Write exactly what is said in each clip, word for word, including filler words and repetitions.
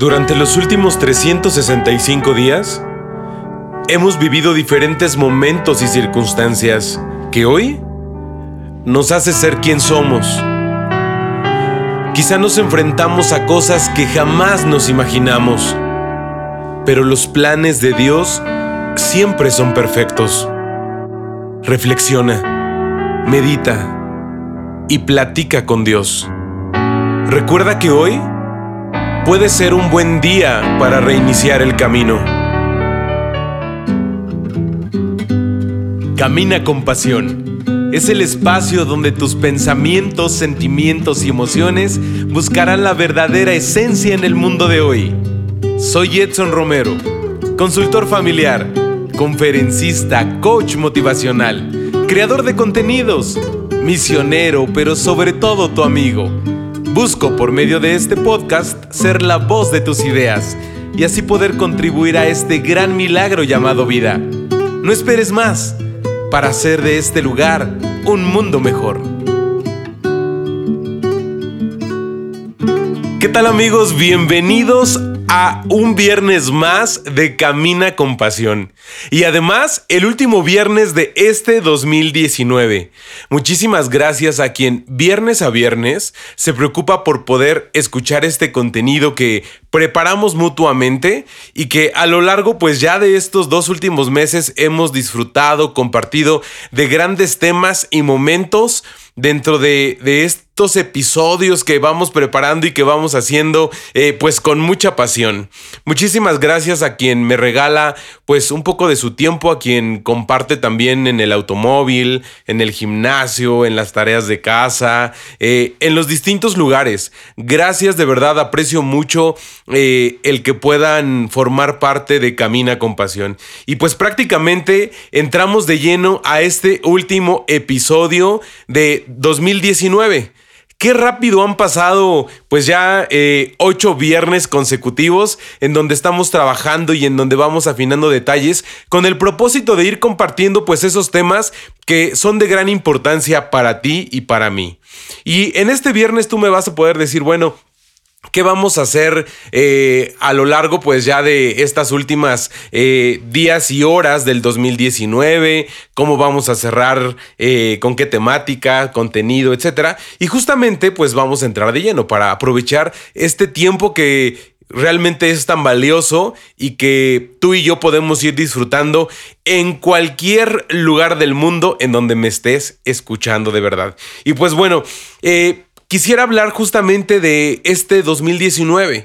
Durante los últimos trescientos sesenta y cinco días, hemos vivido diferentes momentos y circunstancias que hoy nos hace ser quien somos. Quizá nos enfrentamos a cosas que jamás nos imaginamos, pero los planes de Dios siempre son perfectos. Reflexiona, medita y platica con Dios. Recuerda que hoy puede ser un buen día para reiniciar el camino. Camina con pasión. Es el espacio donde tus pensamientos, sentimientos y emociones buscarán la verdadera esencia en el mundo de hoy. Soy Edson Romero, consultor familiar, conferencista, coach motivacional, creador de contenidos, misionero, pero sobre todo tu amigo. Busco por medio de este podcast ser la voz de tus ideas y así poder contribuir a este gran milagro llamado vida. No esperes más para hacer de este lugar un mundo mejor. ¿Qué tal, amigos? Bienvenidos a un viernes más de Camina con Pasión. Y además, el último viernes de este dos mil diecinueve. Muchísimas gracias a quien viernes a viernes se preocupa por poder escuchar este contenido que preparamos mutuamente y que a lo largo pues ya de estos dos últimos meses hemos disfrutado, compartido de grandes temas y momentos dentro de, de estos episodios que vamos preparando y que vamos haciendo eh, pues con mucha pasión. Muchísimas gracias a quien me regala pues un poco de su tiempo, a quien comparte también en el automóvil, en el gimnasio, en las tareas de casa, eh, en los distintos lugares. Gracias, de verdad, aprecio mucho eh, el que puedan formar parte de Camina con Pasión. Y pues prácticamente entramos de lleno a este último episodio de dos mil diecinueve. Qué rápido han pasado pues ya eh, ocho viernes consecutivos en donde estamos trabajando y en donde vamos afinando detalles con el propósito de ir compartiendo pues esos temas que son de gran importancia para ti y para mí. Y en este viernes tú me vas a poder decir, bueno, ¿qué vamos a hacer eh, a lo largo pues ya de estas últimas eh, días y horas del dos mil diecinueve? ¿Cómo vamos a cerrar? Eh, ¿Con qué temática? ¿Contenido? Etcétera. Y justamente pues vamos a entrar de lleno para aprovechar este tiempo que realmente es tan valioso y que tú y yo podemos ir disfrutando en cualquier lugar del mundo en donde me estés escuchando de verdad. Y pues bueno, eh... quisiera hablar justamente de este dos mil diecinueve,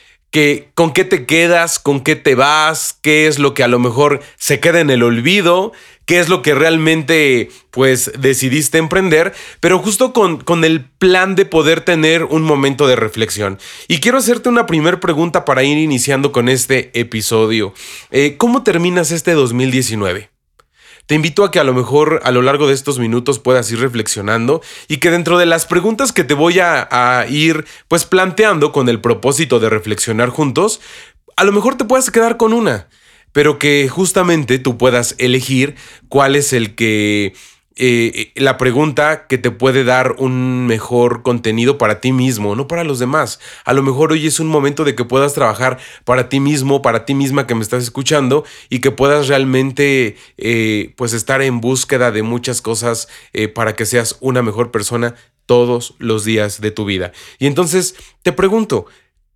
que con qué te quedas, con qué te vas, qué es lo que a lo mejor se queda en el olvido, qué es lo que realmente pues decidiste emprender, pero justo con, con el plan de poder tener un momento de reflexión. Y quiero hacerte una primera pregunta para ir iniciando con este episodio. Eh, ¿Cómo terminas este dos mil diecinueve? Te invito a que a lo mejor a lo largo de estos minutos puedas ir reflexionando y que dentro de las preguntas que te voy a, a ir pues planteando con el propósito de reflexionar juntos, a lo mejor te puedas quedar con una, pero que justamente tú puedas elegir cuál es el que eh, la pregunta que te puede dar un mejor contenido para ti mismo, no para los demás. A lo mejor hoy es un momento de que puedas trabajar para ti mismo, para ti misma que me estás escuchando y que puedas realmente eh, pues estar en búsqueda de muchas cosas eh, para que seas una mejor persona todos los días de tu vida. Y entonces te pregunto,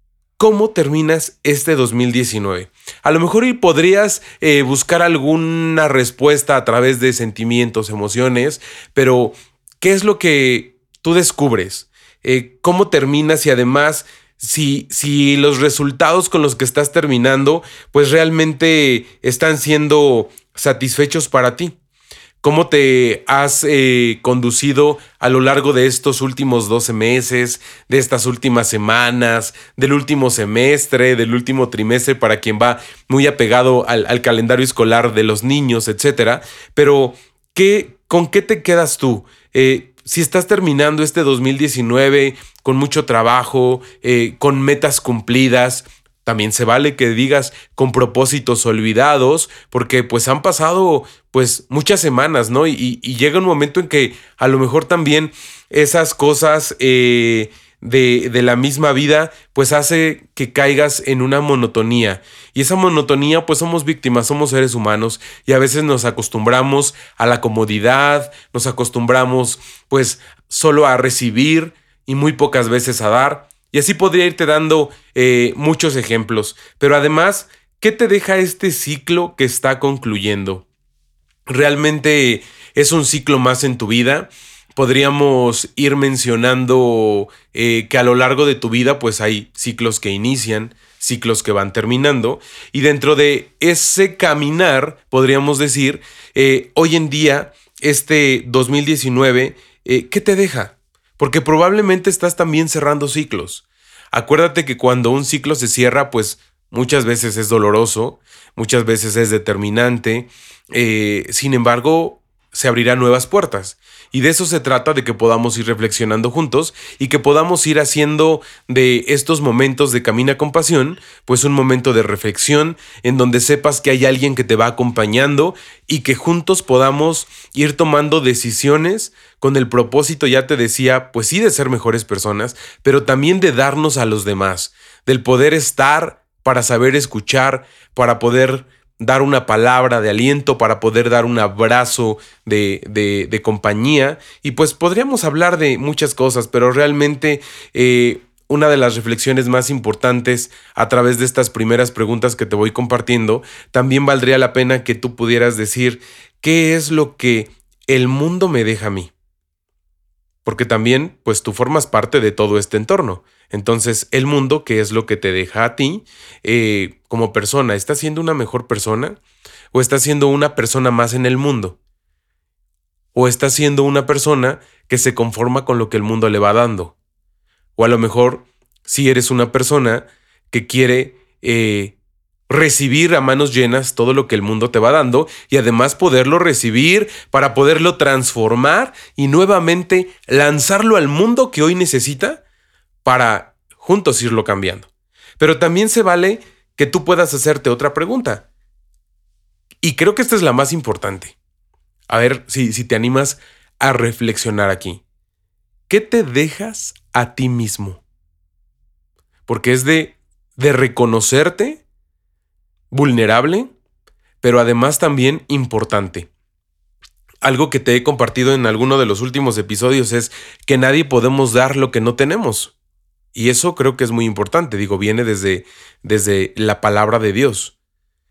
¿cómo terminas este dos mil diecinueve? A lo mejor podrías eh, buscar alguna respuesta a través de sentimientos, emociones, pero ¿qué es lo que tú descubres? Eh, ¿Cómo terminas? Y además, si, si los resultados con los que estás terminando, pues realmente están siendo satisfechos para ti. ¿Cómo te has eh, conducido a lo largo de estos últimos doce meses, de estas últimas semanas, del último semestre, del último trimestre para quien va muy apegado al, al calendario escolar de los niños, etcétera? Pero, ¿qué, ¿con qué te quedas tú? Eh, si estás terminando este dos mil diecinueve con mucho trabajo, eh, con metas cumplidas, también se vale que digas con propósitos olvidados, porque pues han pasado pues muchas semanas, ¿no? Y, y llega un momento en que a lo mejor también esas cosas eh, de, de la misma vida, pues hace que caigas en una monotonía. Y esa monotonía, pues somos víctimas, somos seres humanos y a veces nos acostumbramos a la comodidad, nos acostumbramos pues solo a recibir y muy pocas veces a dar. Y así podría irte dando eh, muchos ejemplos. Pero además, ¿qué te deja este ciclo que está concluyendo? ¿Realmente es un ciclo más en tu vida? Podríamos ir mencionando eh, que a lo largo de tu vida pues hay ciclos que inician, ciclos que van terminando, y dentro de ese caminar podríamos decir, eh, hoy en día, este dos mil diecinueve, eh, ¿qué te deja? Porque probablemente estás también cerrando ciclos. Acuérdate que cuando un ciclo se cierra, pues muchas veces es doloroso, muchas veces es determinante, eh, sin embargo, se abrirán nuevas puertas. Y de eso se trata, de que podamos ir reflexionando juntos y que podamos ir haciendo de estos momentos de Camina con Pasión, pues un momento de reflexión en donde sepas que hay alguien que te va acompañando y que juntos podamos ir tomando decisiones con el propósito, ya te decía, pues sí de ser mejores personas, pero también de darnos a los demás, del poder estar para saber escuchar, para poder dar una palabra de aliento, para poder dar un abrazo de, de, de compañía. Y pues podríamos hablar de muchas cosas, pero realmente eh, una de las reflexiones más importantes a través de estas primeras preguntas que te voy compartiendo, también valdría la pena que tú pudieras decir qué es lo que el mundo me deja a mí. Porque también, pues tú formas parte de todo este entorno. Entonces, el mundo, ¿qué es lo que te deja a ti eh, como persona? ¿Estás siendo una mejor persona? ¿O estás siendo una persona más en el mundo? ¿O estás siendo una persona que se conforma con lo que el mundo le va dando? O a lo mejor, si eres una persona que quiere eh, recibir a manos llenas todo lo que el mundo te va dando y además poderlo recibir para poderlo transformar y nuevamente lanzarlo al mundo que hoy necesita para juntos irlo cambiando. Pero también se vale que tú puedas hacerte otra pregunta. Y creo que esta es la más importante. A ver si, si te animas a reflexionar aquí. ¿Qué te dejas a ti mismo? Porque es de, de reconocerte vulnerable, pero además también importante. Algo que te he compartido en alguno de los últimos episodios es que nadie podemos dar lo que no tenemos. Y eso creo que es muy importante, digo, viene desde, desde la palabra de Dios.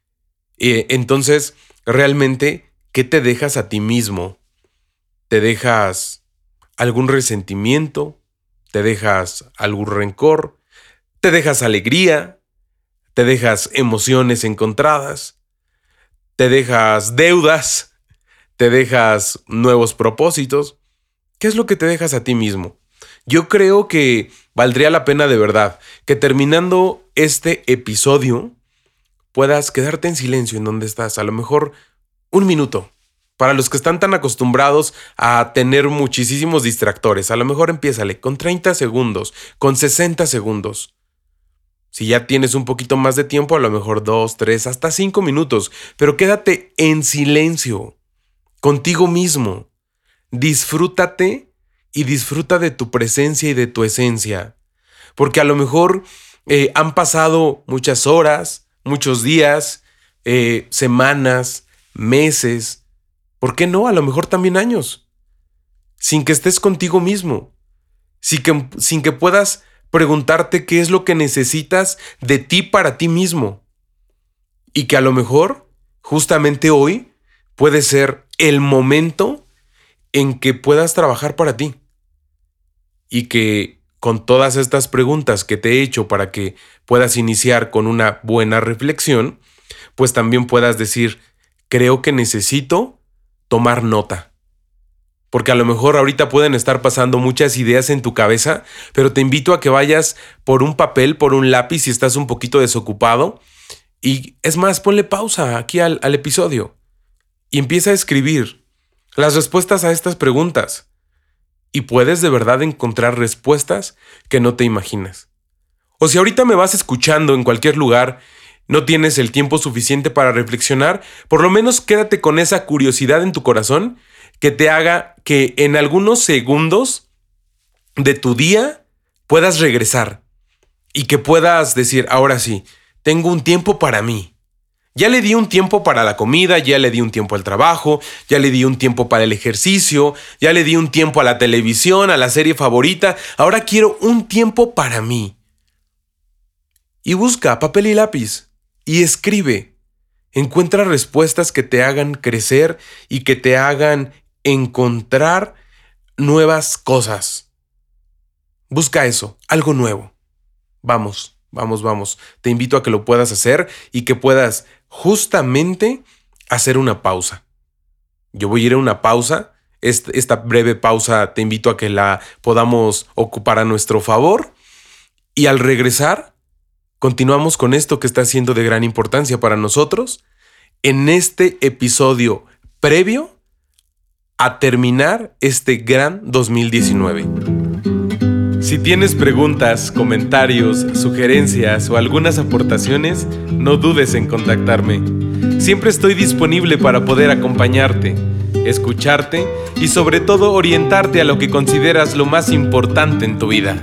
Y entonces, realmente, ¿qué te dejas a ti mismo? ¿Te dejas algún resentimiento? ¿Te dejas algún rencor? ¿Te dejas alegría? ¿Te dejas emociones encontradas? ¿Te dejas deudas? ¿Te dejas nuevos propósitos? ¿Qué es lo que te dejas a ti mismo? Yo creo que valdría la pena de verdad que terminando este episodio puedas quedarte en silencio en donde estás, a lo mejor un minuto. Para los que están tan acostumbrados a tener muchísimos distractores, a lo mejor empiézale con treinta segundos, con sesenta segundos. Si ya tienes un poquito más de tiempo, a lo mejor dos, tres, hasta cinco minutos, pero quédate en silencio, contigo mismo. Disfrútate y disfruta de tu presencia y de tu esencia. Porque a lo mejor eh, han pasado muchas horas, muchos días, eh, semanas, meses, ¿por qué no? A lo mejor también años, sin que estés contigo mismo, sin que, sin que puedas preguntarte qué es lo que necesitas de ti para ti mismo. Y que a lo mejor, justamente hoy, puede ser el momento en que puedas trabajar para ti. Y que con todas estas preguntas que te he hecho para que puedas iniciar con una buena reflexión, pues también puedas decir, creo que necesito tomar nota. Porque a lo mejor ahorita pueden estar pasando muchas ideas en tu cabeza, pero te invito a que vayas por un papel, por un lápiz si estás un poquito desocupado. Y es más, ponle pausa aquí al, al episodio y empieza a escribir las respuestas a estas preguntas. Y puedes de verdad encontrar respuestas que no te imaginas. O si ahorita me vas escuchando en cualquier lugar, no tienes el tiempo suficiente para reflexionar, por lo menos quédate con esa curiosidad en tu corazón que te haga que en algunos segundos de tu día puedas regresar y que puedas decir, ahora sí, tengo un tiempo para mí. Ya le di un tiempo para la comida, ya le di un tiempo al trabajo, ya le di un tiempo para el ejercicio, ya le di un tiempo a la televisión, a la serie favorita. Ahora quiero un tiempo para mí. Y busca papel y lápiz y escribe. Encuentra respuestas que te hagan crecer y que te hagan encontrar nuevas cosas. Busca eso, algo nuevo. Vamos, vamos, vamos. Te invito a que lo puedas hacer y que puedas justamente hacer una pausa. Yo voy a ir a una pausa. Esta breve pausa te invito a que la podamos ocupar a nuestro favor. Y al regresar, continuamos con esto que está siendo de gran importancia para nosotros en este episodio previo a terminar este gran dos mil diecinueve. Si tienes preguntas, comentarios, sugerencias o algunas aportaciones, no dudes en contactarme. Siempre estoy disponible para poder acompañarte, escucharte y sobre todo orientarte a lo que consideras lo más importante en tu vida.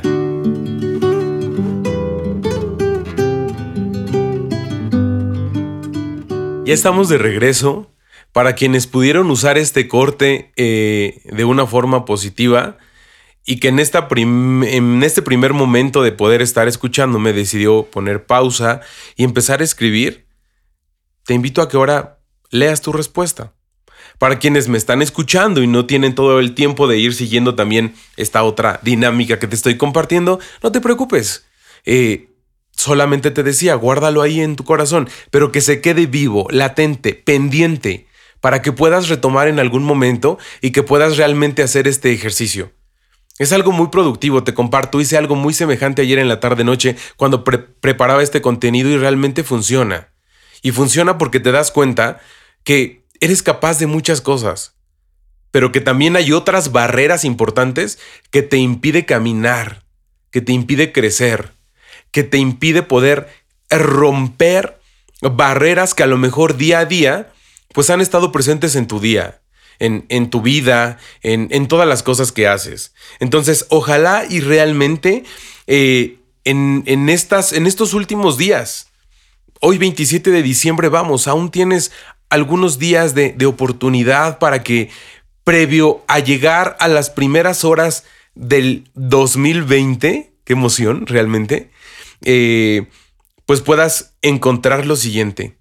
Ya estamos de regreso. Para quienes pudieron usar este corte eh, de una forma positiva y que en, esta prim- en este primer momento de poder estar escuchándome decidió poner pausa y empezar a escribir, te invito a que ahora leas tu respuesta. Para quienes me están escuchando y no tienen todo el tiempo de ir siguiendo también esta otra dinámica que te estoy compartiendo, no te preocupes. Eh, solamente te decía, guárdalo ahí en tu corazón, pero que se quede vivo, latente, pendiente, para que puedas retomar en algún momento y que puedas realmente hacer este ejercicio. Es algo muy productivo, te comparto, hice algo muy semejante ayer en la tarde-noche cuando pre- preparaba este contenido y realmente funciona. Y funciona porque te das cuenta que eres capaz de muchas cosas, pero que también hay otras barreras importantes que te impide caminar, que te impide crecer, que te impide poder romper barreras que a lo mejor día a día pues han estado presentes en tu día, en, en tu vida, en, en todas las cosas que haces. Entonces, ojalá y realmente eh, en, en, estas, en estos últimos días, hoy veintisiete de diciembre, vamos, aún tienes algunos días de, de oportunidad para que, previo a llegar a las primeras horas del dos mil veinte, qué emoción realmente, eh, pues puedas encontrar lo siguiente.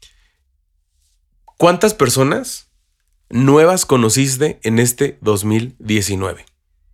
¿Cuántas personas nuevas conociste en este dos mil diecinueve?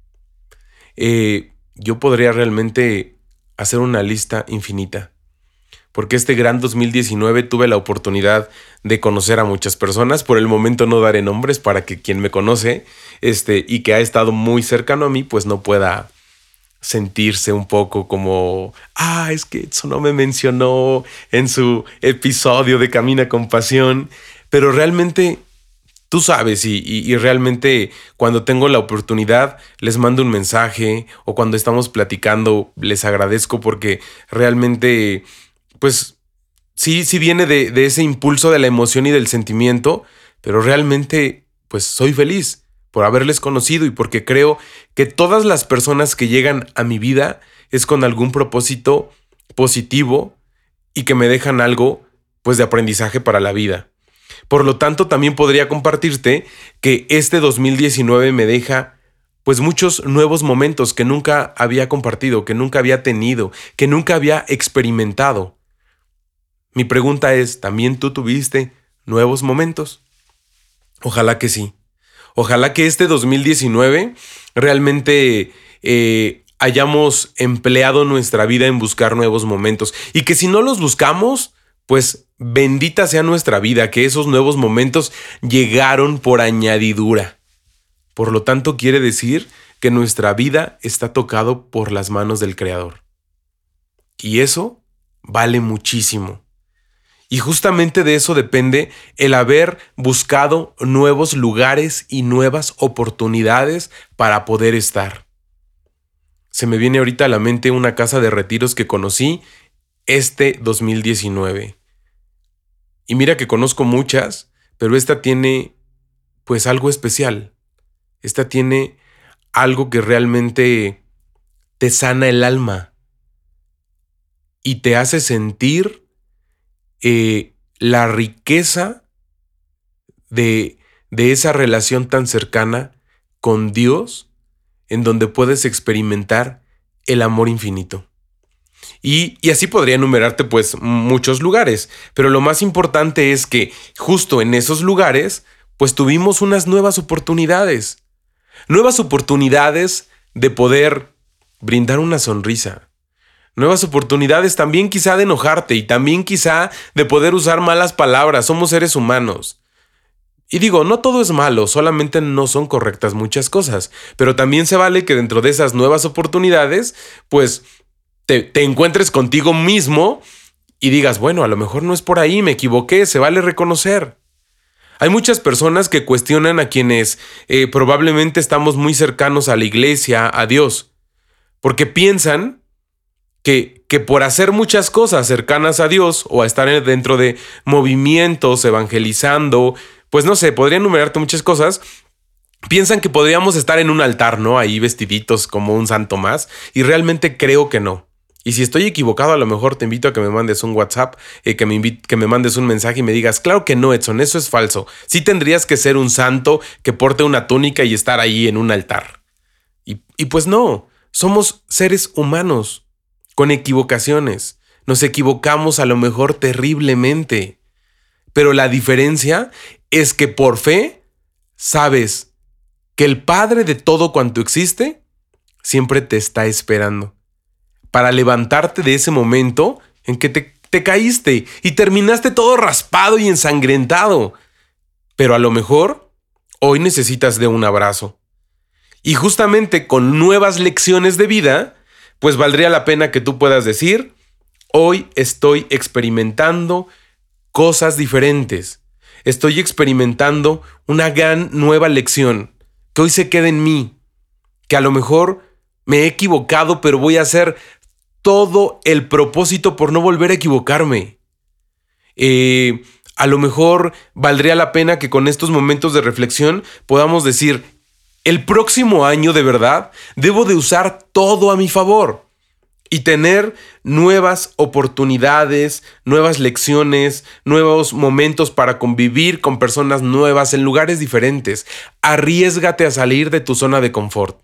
Eh, yo podría realmente hacer una lista infinita, porque este gran dos mil diecinueve tuve la oportunidad de conocer a muchas personas. Por el momento no daré nombres para que quien me conoce este, y que ha estado muy cercano a mí, pues no pueda sentirse un poco como, ah, es que eso no me mencionó en su episodio de Camina con Pasión. Pero realmente tú sabes y, y, y realmente cuando tengo la oportunidad les mando un mensaje o cuando estamos platicando les agradezco porque realmente pues sí, sí viene de, de ese impulso de la emoción y del sentimiento, pero realmente pues soy feliz por haberles conocido y porque creo que todas las personas que llegan a mi vida es con algún propósito positivo y que me dejan algo pues de aprendizaje para la vida. Por lo tanto, también podría compartirte que este dos mil diecinueve me deja pues muchos nuevos momentos que nunca había compartido, que nunca había tenido, que nunca había experimentado. Mi pregunta es, ¿también tú tuviste nuevos momentos? Ojalá que sí. Ojalá que este dos mil diecinueve realmente eh, hayamos empleado nuestra vida en buscar nuevos momentos y que si no los buscamos, pues bendita sea nuestra vida, que esos nuevos momentos llegaron por añadidura. Por lo tanto, quiere decir que nuestra vida está tocado por las manos del Creador. Y eso vale muchísimo. Y justamente de eso depende el haber buscado nuevos lugares y nuevas oportunidades para poder estar. Se me viene ahorita a la mente una casa de retiros que conocí este dos mil diecinueve. Y mira que conozco muchas, pero esta tiene pues algo especial. Esta tiene algo que realmente te sana el alma y te hace sentir eh, la riqueza de, de esa relación tan cercana con Dios, en donde puedes experimentar el amor infinito. Y, y así podría enumerarte pues muchos lugares, pero lo más importante es que justo en esos lugares pues tuvimos unas nuevas oportunidades, nuevas oportunidades de poder brindar una sonrisa, nuevas oportunidades también quizá de enojarte y también quizá de poder usar malas palabras. Somos seres humanos. Y digo, no todo es malo, solamente no son correctas muchas cosas, pero también se vale que dentro de esas nuevas oportunidades pues te, te encuentres contigo mismo y digas, bueno, a lo mejor no es por ahí, me equivoqué, se vale reconocer. Hay muchas personas que cuestionan a quienes eh, probablemente estamos muy cercanos a la iglesia, a Dios, porque piensan que, que por hacer muchas cosas cercanas a Dios o a estar dentro de movimientos evangelizando, pues no sé, podría enumerarte muchas cosas, piensan que podríamos estar en un altar, ¿no? Ahí vestiditos como un santo más, y realmente creo que no. Y si estoy equivocado, a lo mejor te invito a que me mandes un WhatsApp, eh, que, me invi- que me mandes un mensaje y me digas, claro que no, Edson, eso es falso. Sí tendrías que ser un santo que porte una túnica y estar ahí en un altar. Y, y pues no, somos seres humanos, con equivocaciones. Nos equivocamos a lo mejor terriblemente. Pero la diferencia es que por fe sabes que el Padre de todo cuanto existe siempre te está esperando para levantarte de ese momento en que te, te caíste y terminaste todo raspado y ensangrentado. Pero a lo mejor hoy necesitas de un abrazo. Y justamente con nuevas lecciones de vida, pues valdría la pena que tú puedas decir, hoy estoy experimentando cosas diferentes. Estoy experimentando una gran nueva lección que hoy se queda en mí, que a lo mejor me he equivocado, pero voy a hacer todo el propósito por no volver a equivocarme. Eh, a lo mejor valdría la pena que con estos momentos de reflexión podamos decir, el próximo año de verdad debo de usar todo a mi favor y tener nuevas oportunidades, nuevas lecciones, nuevos momentos para convivir con personas nuevas en lugares diferentes. Arriésgate a salir de tu zona de confort.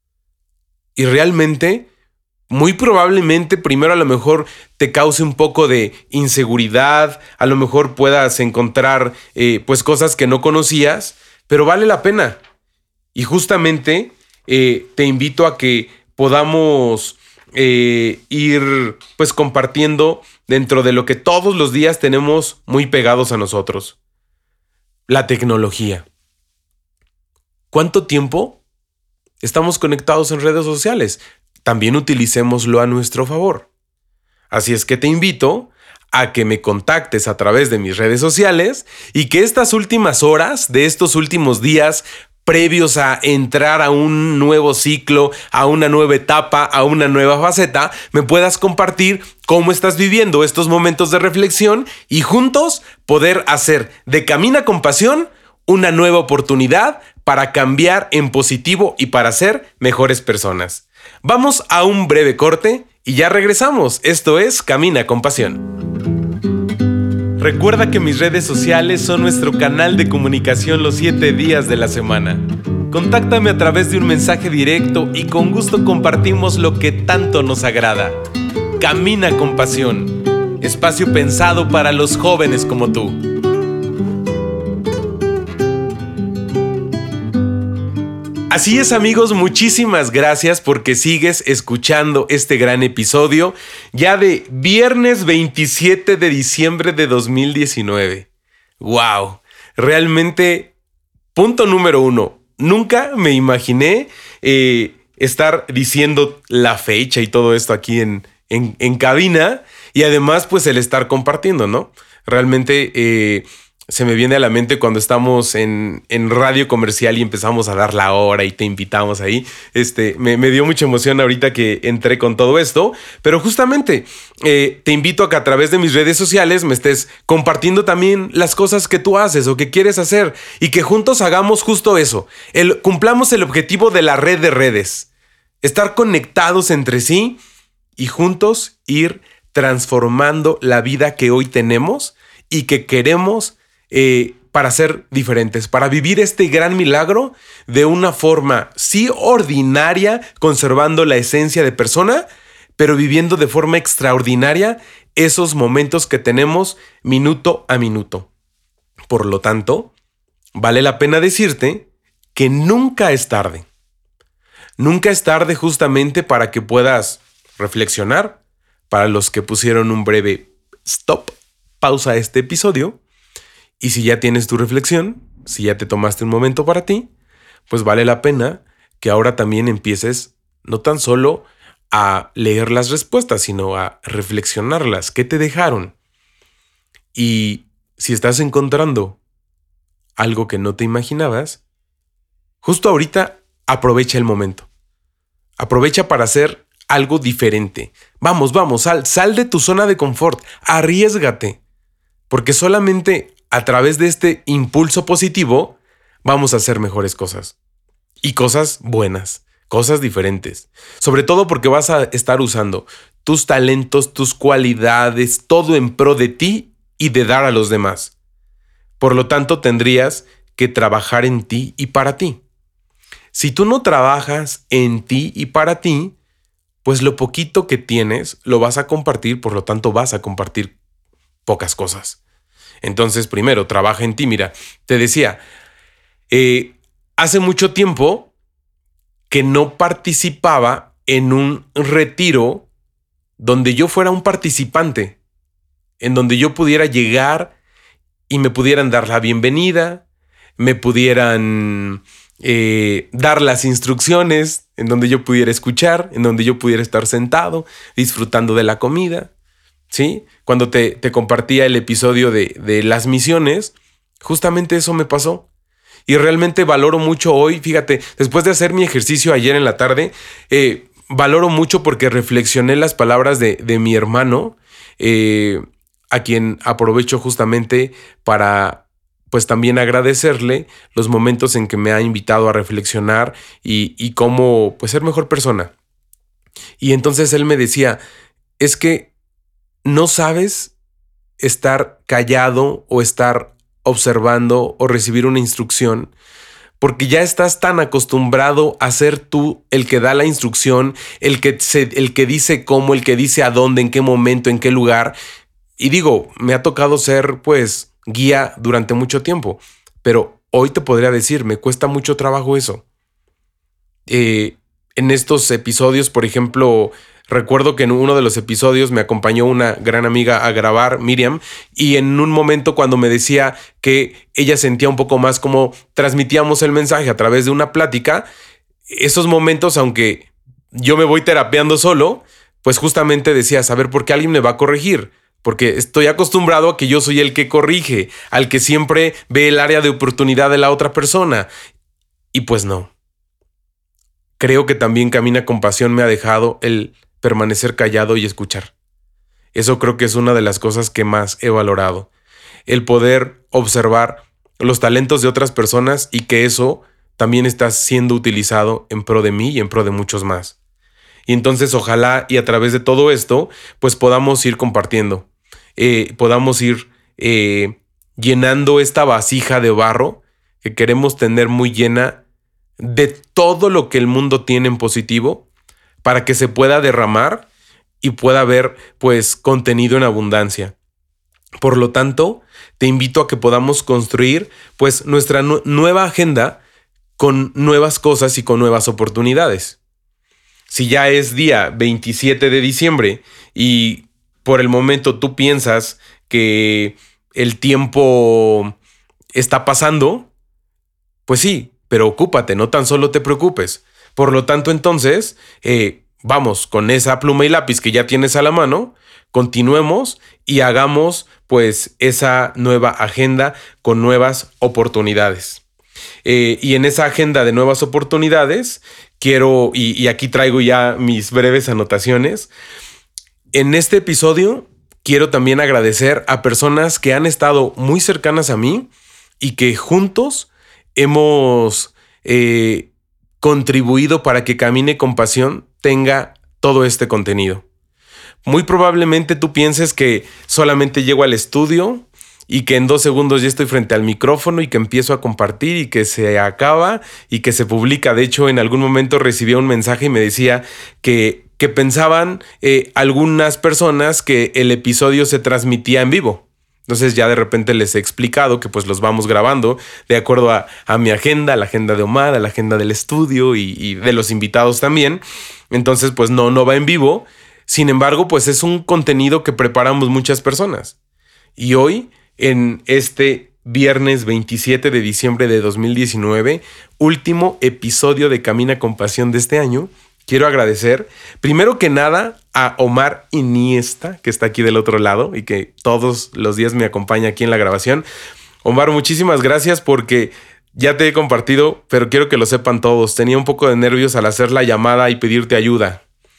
Y realmente, muy probablemente, primero a lo mejor te cause un poco de inseguridad, a lo mejor puedas encontrar eh, pues cosas que no conocías, pero vale la pena. Y justamente eh, te invito a que podamos eh, ir pues compartiendo dentro de lo que todos los días tenemos muy pegados a nosotros. La tecnología. ¿Cuánto tiempo estamos conectados en redes sociales? También utilicémoslo a nuestro favor. Así es que te invito a que me contactes a través de mis redes sociales y que estas últimas horas de estos últimos días previos a entrar a un nuevo ciclo, a una nueva etapa, a una nueva faceta, me puedas compartir cómo estás viviendo estos momentos de reflexión y juntos poder hacer de Camina con Pasión una nueva oportunidad para cambiar en positivo y para ser mejores personas. Vamos a un breve corte y ya regresamos. Esto es Camina con Pasión. Recuerda que mis redes sociales son nuestro canal de comunicación los siete días de la semana. Contáctame a través de un mensaje directo y con gusto compartimos lo que tanto nos agrada. Camina con Pasión, espacio pensado para los jóvenes como tú. Así es, amigos, muchísimas gracias porque sigues escuchando este gran episodio ya de viernes veintisiete de diciembre de dos mil diecinueve. ¡Wow! Realmente, punto número uno, nunca me imaginé eh, estar diciendo la fecha y todo esto aquí en, en, en cabina y además pues el estar compartiendo, ¿no? Realmente eh, se me viene a la mente cuando estamos en, en radio comercial y empezamos a dar la hora y te invitamos ahí. Este, me, me dio mucha emoción ahorita que entré con todo esto, pero justamente eh, te invito a que a través de mis redes sociales me estés compartiendo también las cosas que tú haces o que quieres hacer y que juntos hagamos justo eso, el, cumplamos el objetivo de la red de redes. estar conectados entre sí y juntos ir transformando la vida que hoy tenemos y que queremos eh, para ser diferentes, para vivir este gran milagro de una forma sí ordinaria, conservando la esencia de persona, pero viviendo de forma extraordinaria esos momentos que tenemos minuto a minuto. Por lo tanto, vale la pena decirte que nunca es tarde. Nunca es tarde justamente para que puedas reflexionar. Para los que pusieron un breve stop, pausa a este episodio. Y si ya tienes tu reflexión, si ya te tomaste un momento para ti, pues vale la pena que ahora también empieces no tan solo a leer las respuestas, sino a reflexionarlas. ¿Qué te dejaron? Y si estás encontrando algo que no te imaginabas, justo ahorita aprovecha el momento. Aprovecha para hacer algo diferente. Vamos, vamos, sal, sal de tu zona de confort, arriésgate, porque solamente a través de este impulso positivo vamos a hacer mejores cosas. Y cosas buenas, cosas diferentes. Sobre todo porque vas a estar usando tus talentos, tus cualidades, todo en pro de ti y de dar a los demás. Por lo tanto, tendrías que trabajar en ti y para ti. Si tú no trabajas en ti y para ti, pues lo poquito que tienes lo vas a compartir, por lo tanto vas a compartir pocas cosas. Entonces, primero, trabaja en ti. Mira, te decía, eh, hace mucho tiempo que no participaba en un retiro donde yo fuera un participante, en donde yo pudiera llegar y me pudieran dar la bienvenida, me pudieran eh, dar las instrucciones, en donde yo pudiera escuchar, en donde yo pudiera estar sentado, disfrutando de la comida, ¿sí? Cuando te, te compartía el episodio de, de las misiones, justamente eso me pasó. Y realmente valoro mucho hoy, fíjate, después de hacer mi ejercicio ayer en la tarde, eh, valoro mucho porque reflexioné las palabras de, de mi hermano, eh, a quien aprovecho justamente para pues también agradecerle los momentos en que me ha invitado a reflexionar y, y cómo pues ser mejor persona. Y entonces él me decía, es que no sabes estar callado o estar observando o recibir una instrucción porque ya estás tan acostumbrado a ser tú el que da la instrucción, el que, se, el que dice cómo, el que dice a dónde, en qué momento, en qué lugar. Y digo, me ha tocado ser pues guía durante mucho tiempo, pero hoy te podría decir, me cuesta mucho trabajo eso. Eh, en estos episodios, por ejemplo, recuerdo que en uno de los episodios me acompañó una gran amiga a grabar, Miriam, y en un momento cuando me decía que ella sentía un poco más como transmitíamos el mensaje a través de una plática, esos momentos, aunque yo me voy terapeando solo, pues justamente decía, saber por qué alguien me va a corregir. Porque estoy acostumbrado a que yo soy el que corrige, al que siempre ve el área de oportunidad de la otra persona. Y pues no. Creo que también Camina con Pasión me ha dejado el permanecer callado y escuchar. Eso creo que es una de las cosas que más he valorado. El poder observar los talentos de otras personas y que eso también está siendo utilizado en pro de mí y en pro de muchos más. Y entonces ojalá y a través de todo esto pues podamos ir compartiendo. Eh, podamos ir eh, llenando esta vasija de barro que queremos tener muy llena de todo lo que el mundo tiene en positivo para que se pueda derramar y pueda haber pues contenido en abundancia. Por lo tanto, te invito a que podamos construir pues nuestra nu- nueva agenda con nuevas cosas y con nuevas oportunidades. Si ya es día veintisiete de diciembre y por el momento tú piensas que el tiempo está pasando, pues sí, pero ocúpate, no tan solo te preocupes. Por lo tanto, entonces, eh, vamos, con esa pluma y lápiz que ya tienes a la mano, continuemos y hagamos pues esa nueva agenda con nuevas oportunidades. Eh, y en esa agenda de nuevas oportunidades, quiero, y, y aquí traigo ya mis breves anotaciones. En este episodio quiero también agradecer a personas que han estado muy cercanas a mí y que juntos hemos eh, contribuido para que Camine con Pasión tenga todo este contenido. Muy probablemente tú pienses que solamente llego al estudio y que en dos segundos ya estoy frente al micrófono y que empiezo a compartir y que se acaba y que se publica. De hecho, en algún momento recibí un mensaje y me decía que, que pensaban eh, algunas personas que el episodio se transmitía en vivo. Entonces ya de repente les he explicado que pues los vamos grabando de acuerdo a, a mi agenda, a la agenda de Omar, a la agenda del estudio y, y de los invitados también. Entonces pues no, no va en vivo. Sin embargo, pues es un contenido que preparamos muchas personas. Y hoy, en este viernes veintisiete de diciembre de dos mil diecinueve, último episodio de Camina con Pasión de este año, quiero agradecer, primero que nada, a Omar Iniesta, que está aquí del otro lado y que todos los días me acompaña aquí en la grabación. Omar, muchísimas gracias porque ya te he compartido, pero quiero que lo sepan todos. Tenía un poco de nervios al hacer la llamada y pedirte ayuda.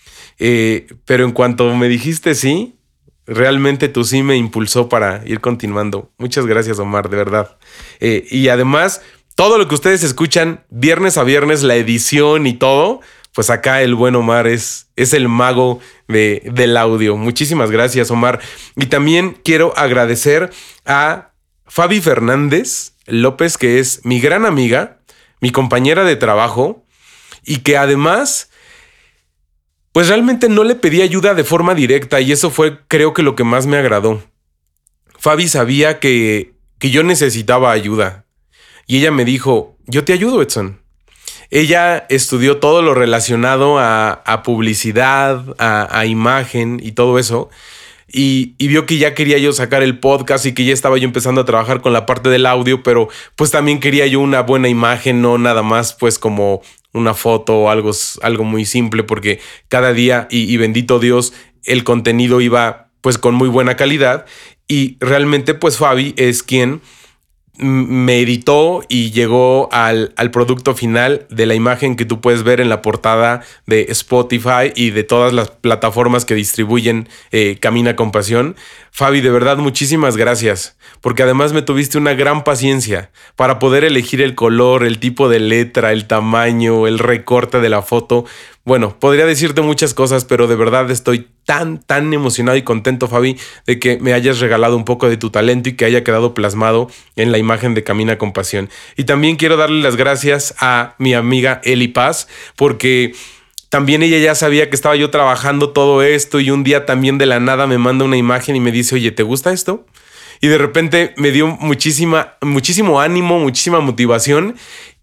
Eh, pero en cuanto me dijiste sí, realmente tu sí me impulsó para ir continuando. Muchas gracias, Omar, de verdad. Eh, y además, todo lo que ustedes escuchan viernes a viernes, la edición y todo, pues acá el buen Omar es, es el mago de, del audio. Muchísimas gracias, Omar. Y también quiero agradecer a Fabi Fernández López, que es mi gran amiga, mi compañera de trabajo y que además, pues realmente no le pedí ayuda de forma directa y eso fue, creo que lo que más me agradó. Fabi sabía que, que yo necesitaba ayuda y ella me dijo, yo te ayudo, Edson. Ella estudió todo lo relacionado a, a publicidad, a, a imagen y todo eso. Y, y vio que ya quería yo sacar el podcast y que ya estaba yo empezando a trabajar con la parte del audio, pero pues también quería yo una buena imagen, no nada más pues como una foto o algo, algo muy simple, porque cada día, y, y bendito Dios, el contenido iba pues con muy buena calidad. Y realmente pues Fabi es quien me editó y llegó al, al producto final de la imagen que tú puedes ver en la portada de Spotify y de todas las plataformas que distribuyen eh, Camina con Pasión. Fabi, de verdad, muchísimas gracias, porque además me tuviste una gran paciencia para poder elegir el color, el tipo de letra, el tamaño, el recorte de la foto. Bueno, podría decirte muchas cosas, pero de verdad estoy tan, tan emocionado y contento, Fabi, de que me hayas regalado un poco de tu talento y que haya quedado plasmado en la imagen de Camina con Pasión. Y también quiero darle las gracias a mi amiga Eli Paz, porque también ella ya sabía que estaba yo trabajando todo esto y un día también de la nada me manda una imagen y me dice, oye, ¿te gusta esto? Y de repente me dio muchísima, muchísimo ánimo, muchísima motivación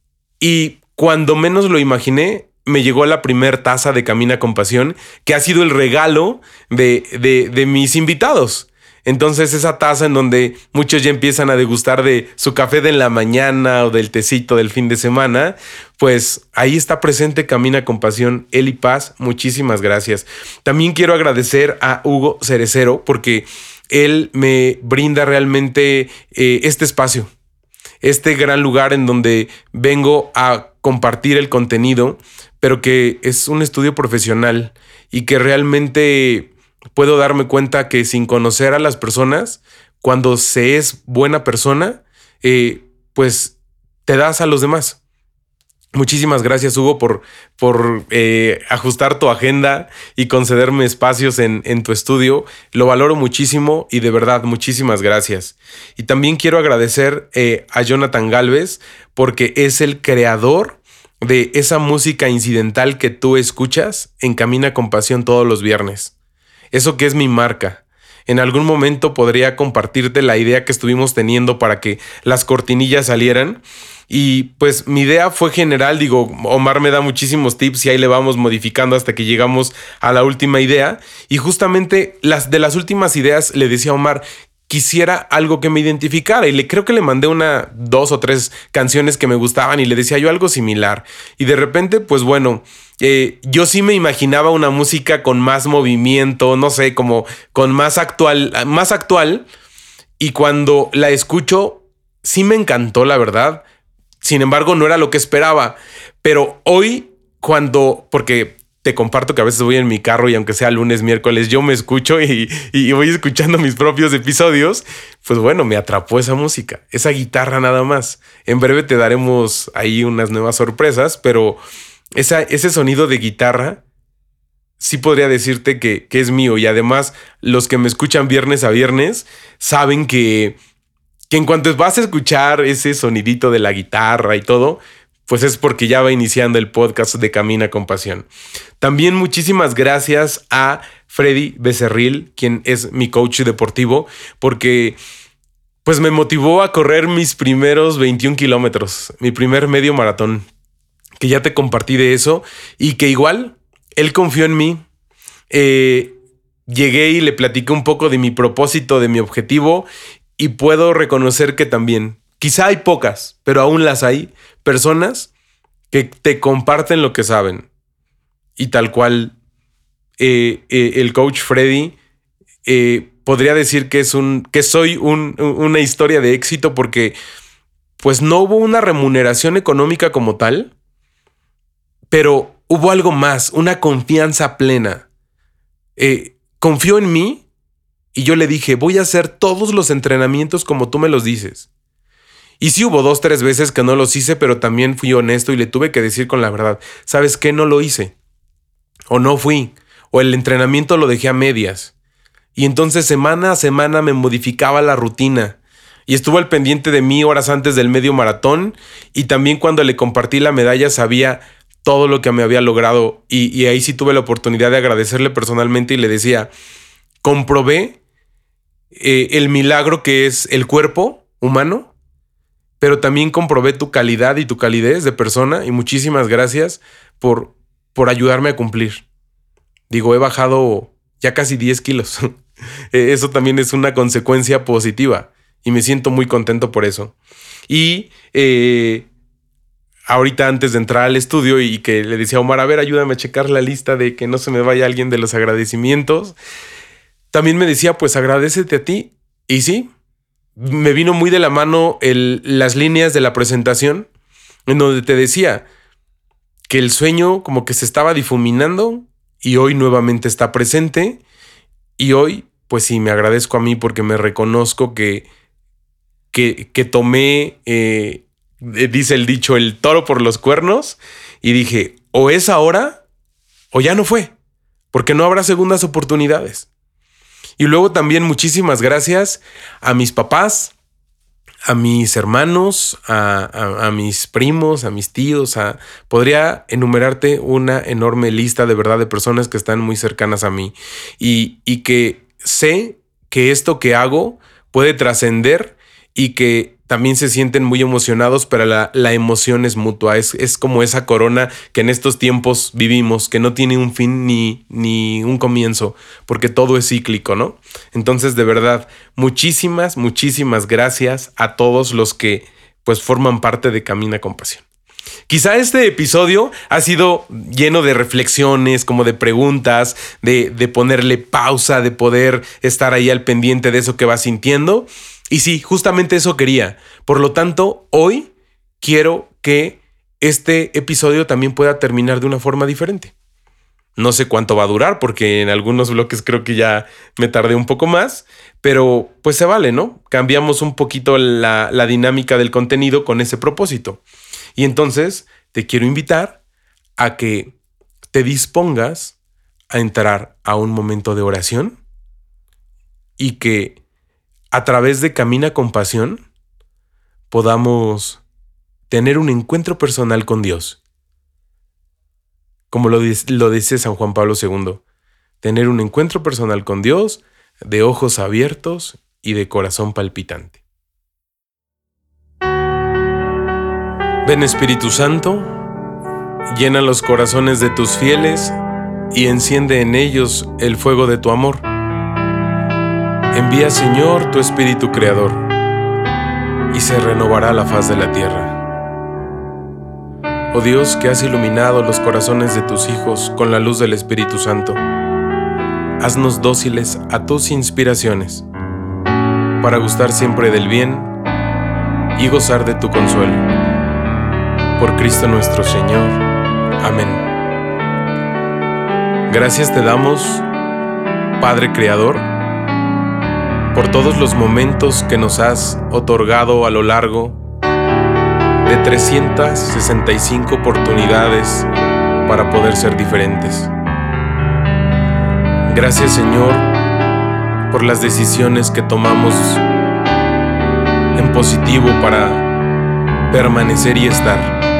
y cuando menos lo imaginé, me llegó la primer taza de Camina con Pasión, que ha sido el regalo de, de, de mis invitados. Entonces esa taza en donde muchos ya empiezan a degustar de su café de la mañana o del tecito del fin de semana, pues ahí está presente Camina con Pasión, Eli Paz, muchísimas gracias. También quiero agradecer a Hugo Cerecero porque él me brinda realmente eh, este espacio, este gran lugar en donde vengo a compartir el contenido, pero que es un estudio profesional y que realmente puedo darme cuenta que sin conocer a las personas, cuando se es buena persona, eh, pues te das a los demás. Muchísimas gracias, Hugo, por, por eh, ajustar tu agenda y concederme espacios en, en tu estudio. Lo valoro muchísimo y de verdad, muchísimas gracias. Y también quiero agradecer eh, a Jonathan Galvez porque es el creador de esa música incidental que tú escuchas en Camina con Pasión todos los viernes. Eso que es mi marca. En algún momento podría compartirte la idea que estuvimos teniendo para que las cortinillas salieran. Y pues mi idea fue general, digo, Omar me da muchísimos tips y ahí le vamos modificando hasta que llegamos a la última idea. Y justamente las de las últimas ideas le decía a Omar, quisiera algo que me identificara y le creo que le mandé una, dos o tres canciones que me gustaban y le decía yo algo similar. Y de repente, pues bueno, eh, yo sí me imaginaba una música con más movimiento, no sé, como con más actual, más actual. Y cuando la escucho, sí me encantó, la verdad. Sin embargo, no era lo que esperaba. Pero hoy, cuando, porque te comparto que a veces voy en mi carro y aunque sea lunes, miércoles, yo me escucho y, y voy escuchando mis propios episodios, pues bueno, me atrapó esa música, esa guitarra nada más. En breve te daremos ahí unas nuevas sorpresas, pero esa, ese sonido de guitarra, sí podría decirte que, que es mío. Y además, los que me escuchan viernes a viernes saben que, que en cuanto vas a escuchar ese sonidito de la guitarra y todo, pues es porque ya va iniciando el podcast de Camina con Pasión. También muchísimas gracias a Freddy Becerril, quien es mi coach deportivo, porque pues me motivó a correr mis primeros veintiún kilómetros, mi primer medio maratón, que ya te compartí de eso, y que igual él confió en mí. Eh, llegué y le platiqué un poco de mi propósito, de mi objetivo, y puedo reconocer que también, quizá hay pocas, pero aún las hay, personas que te comparten lo que saben. Y tal cual, eh, eh, el coach Freddy eh, podría decir que es un, que soy un, una historia de éxito, porque pues no hubo una remuneración económica como tal, pero hubo algo más, una confianza plena. Eh, confió en mí y yo le dije, voy a hacer todos los entrenamientos como tú me los dices. Y sí hubo dos, tres veces que no los hice, pero también fui honesto y le tuve que decir con la verdad, ¿sabes qué? No lo hice. O no fui. O el entrenamiento lo dejé a medias. Y entonces semana a semana me modificaba la rutina. Y estuvo al pendiente de mí horas antes del medio maratón. Y también cuando le compartí la medalla sabía todo lo que me había logrado. Y, y ahí sí tuve la oportunidad de agradecerle personalmente y le decía, comprobé eh, el milagro que es el cuerpo humano, pero también comprobé tu calidad y tu calidez de persona, y muchísimas gracias por, por ayudarme a cumplir. Digo, he bajado ya casi diez kilos. Eso también es una consecuencia positiva y me siento muy contento por eso. Y eh, ahorita antes de entrar al estudio y que le decía a Omar, a ver, ayúdame a checar la lista de que no se me vaya alguien de los agradecimientos, también me decía, pues agradécete a ti. Y sí, me vino muy de la mano el, las líneas de la presentación en donde te decía que el sueño como que se estaba difuminando y hoy nuevamente está presente. Y hoy, pues sí, me agradezco a mí porque me reconozco que, que, que tomé, eh, dice el dicho, el toro por los cuernos, y dije, o es ahora o ya no fue, porque no habrá segundas oportunidades. Y luego también muchísimas gracias a mis papás, a mis hermanos, a, a, a mis primos, a mis tíos. A, podría enumerarte una enorme lista de verdad de personas que están muy cercanas a mí y, y que sé que esto que hago puede trascender y que también se sienten muy emocionados, pero la, la emoción es mutua. Es, es como esa corona que en estos tiempos vivimos, que no tiene un fin ni, ni un comienzo, porque todo es cíclico, ¿no? Entonces, de verdad, muchísimas, muchísimas gracias a todos los que pues forman parte de Camina con Pasión. Quizá este episodio ha sido lleno de reflexiones, como de preguntas, de, de ponerle pausa, de poder estar ahí al pendiente de eso que vas sintiendo. Y sí, justamente eso quería. Por lo tanto, hoy quiero que este episodio también pueda terminar de una forma diferente. No sé cuánto va a durar, porque en algunos bloques creo que ya me tardé un poco más, pero pues se vale, ¿no? Cambiamos un poquito la, la dinámica del contenido con ese propósito. Y entonces te quiero invitar a que te dispongas a entrar a un momento de oración y que a través de Camina con Pasión podamos tener un encuentro personal con Dios. Como lo, lo dice San Juan Pablo segundo, tener un encuentro personal con Dios de ojos abiertos y de corazón palpitante. Ven Espíritu Santo, llena los corazones de tus fieles y enciende en ellos el fuego de tu amor. Envía, Señor, tu Espíritu Creador, y se renovará la faz de la tierra. Oh Dios, que has iluminado los corazones de tus hijos con la luz del Espíritu Santo, haznos dóciles a tus inspiraciones, para gustar siempre del bien y gozar de tu consuelo. Por Cristo nuestro Señor. Amén. Gracias te damos, Padre Creador, por todos los momentos que nos has otorgado a lo largo de trescientas sesenta y cinco oportunidades para poder ser diferentes. Gracias, Señor, por las decisiones que tomamos en positivo para permanecer y estar.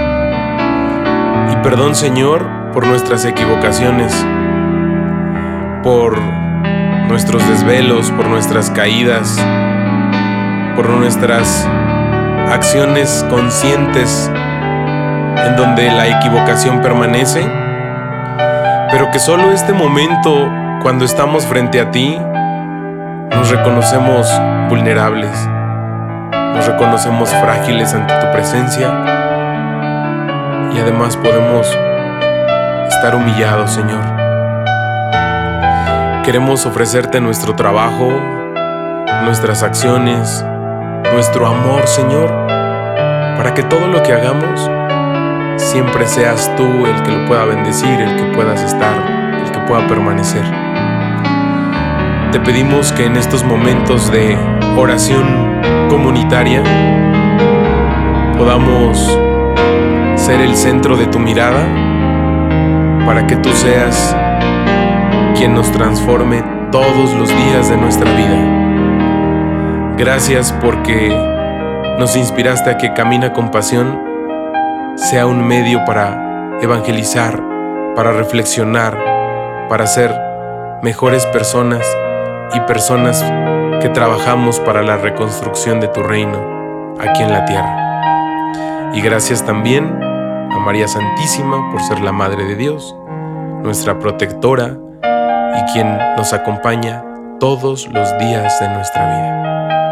Y perdón, Señor, por nuestras equivocaciones, por nuestros desvelos, por nuestras caídas, por nuestras acciones conscientes en donde la equivocación permanece, pero que solo este momento, cuando estamos frente a ti, nos reconocemos vulnerables, nos reconocemos frágiles ante tu presencia y además podemos estar humillados, Señor. Queremos ofrecerte nuestro trabajo, nuestras acciones, nuestro amor, Señor, para que todo lo que hagamos siempre seas tú el que lo pueda bendecir, el que puedas estar, el que pueda permanecer. Te pedimos que en estos momentos de oración comunitaria podamos ser el centro de tu mirada para que tú seas quien nos transforme todos los días de nuestra vida. Gracias porque nos inspiraste a que Camina con Pasión sea un medio para evangelizar, para reflexionar, para ser mejores personas y personas que trabajamos para la reconstrucción de tu reino aquí en la tierra. Y gracias también a María Santísima por ser la Madre de Dios, nuestra protectora y quien nos acompaña todos los días de nuestra vida.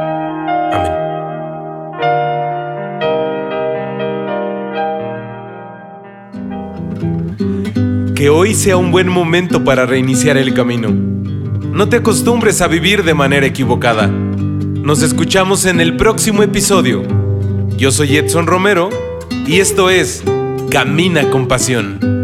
Que hoy sea un buen momento para reiniciar el camino. No te acostumbres a vivir de manera equivocada. Nos escuchamos en el próximo episodio. Yo soy Edson Romero y esto es Camina con Pasión.